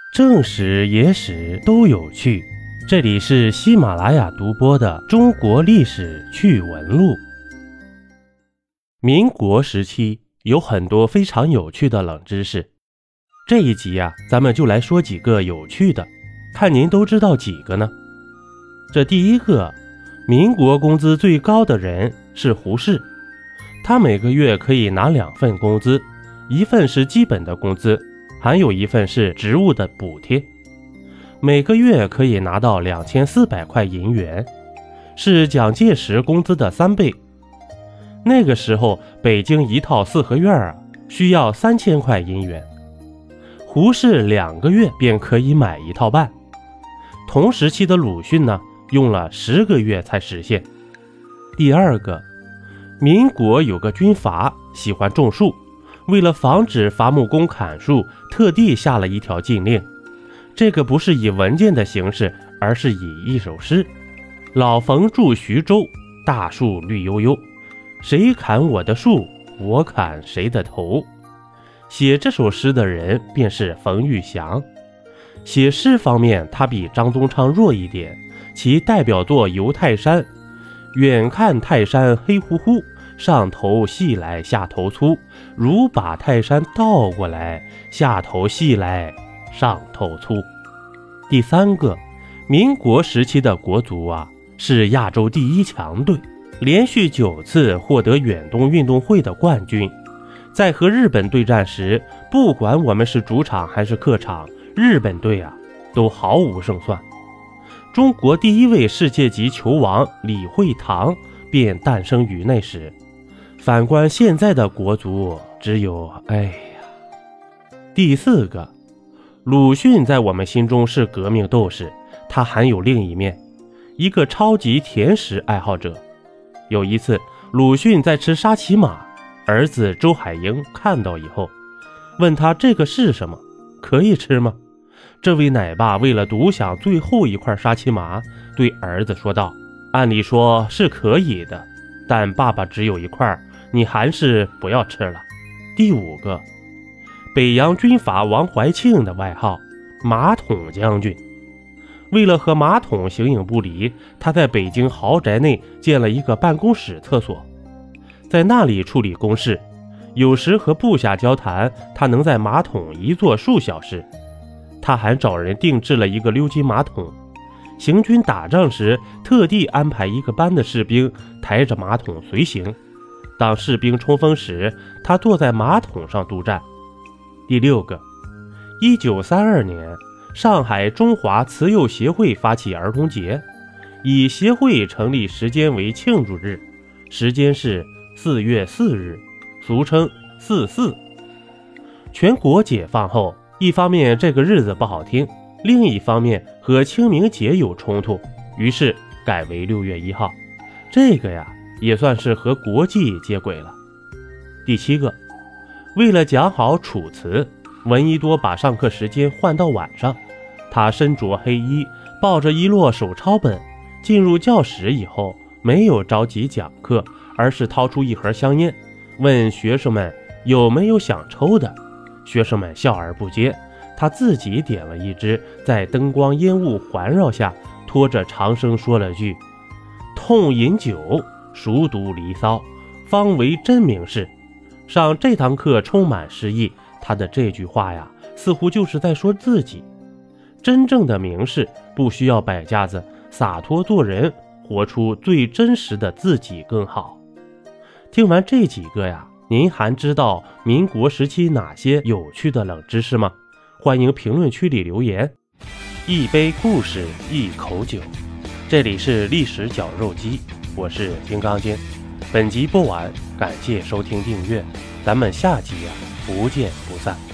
正史野史都有趣，这里是喜马拉雅独播的中国历史趣闻录。民国时期有很多非常有趣的冷知识，这一集咱们就来说几个有趣的，看您都知道几个呢？这第一个，民国工资最高的人是胡适，他每个月可以拿2份工资，一份是基本的工资，还有一份是职务的补贴，每个月可以拿到2400块银元，是蒋介石工资的3倍。那个时候北京一套4合院需要3000块银元，胡适2个月便可以买1套半。同时期的鲁迅呢，用了10个月才实现。第二个，民国有个军阀喜欢种树，为了防止伐木工砍树，特地下了一条禁令。这个不是以文件的形式，而是以一首诗：老冯住徐州，大树绿油油，谁砍我的树，我砍谁的头。写这首诗的人便是冯玉祥。写诗方面他比张宗昌弱一点，其代表作《游泰山》：远看泰山黑乎乎，上头细来下头粗，如把泰山倒过来，下头细来上头粗。第三个，民国时期的国足是亚洲第1强队，连续9次获得远东运动会的冠军。在和日本对战时，不管我们是主场还是客场，日本队都毫无胜算。中国第1位世界级球王李惠堂便诞生于那时。反观现在的国足，只有第四个，鲁迅在我们心中是革命斗士，他还有另一面，一个超级甜食爱好者。有一次，鲁迅在吃沙琪玛，儿子周海婴看到以后，问他这个是什么，可以吃吗？这位奶爸为了独享最后一块沙琪玛，对儿子说道：按理说是可以的，但爸爸只有1块，你还是不要吃了。第五个，北洋军阀王怀庆的外号马桶将军。为了和马桶形影不离，他在北京豪宅内建了一个办公室厕所，在那里处理公事，有时和部下交谈，他能在马桶一坐数小时。他还找人定制了一个鎏金马桶，行军打仗时特地安排一个班的士兵抬着马桶随行，当士兵冲锋时，他坐在马桶上督战。第六个，1932年，上海中华慈幼协会发起儿童节，以协会成立时间为庆祝日，时间是4月4日，俗称44。全国解放后，一方面这个日子不好听，另一方面和清明节有冲突，于是改为6月1号。这个也算是和国际接轨了。第七个，为了讲好楚辞，闻一多把上课时间换到晚上。他身着黑衣，抱着一摞手抄本，进入教室以后，没有着急讲课，而是掏出一盒香烟，问学生们有没有想抽的。学生们笑而不接，他自己点了一支，在灯光烟雾环绕下，拖着长声说了句：痛饮酒，熟读离骚，方为真名士。上这堂课充满诗意，他的这句话似乎就是在说自己。真正的名士不需要摆架子，洒脱做人，活出最真实的自己更好。听完这几个您还知道民国时期哪些有趣的冷知识吗？欢迎评论区里留言。一杯故事，一口酒，这里是历史绞肉机，我是金刚经。本集播完，感谢收听订阅，咱们下集不见不散。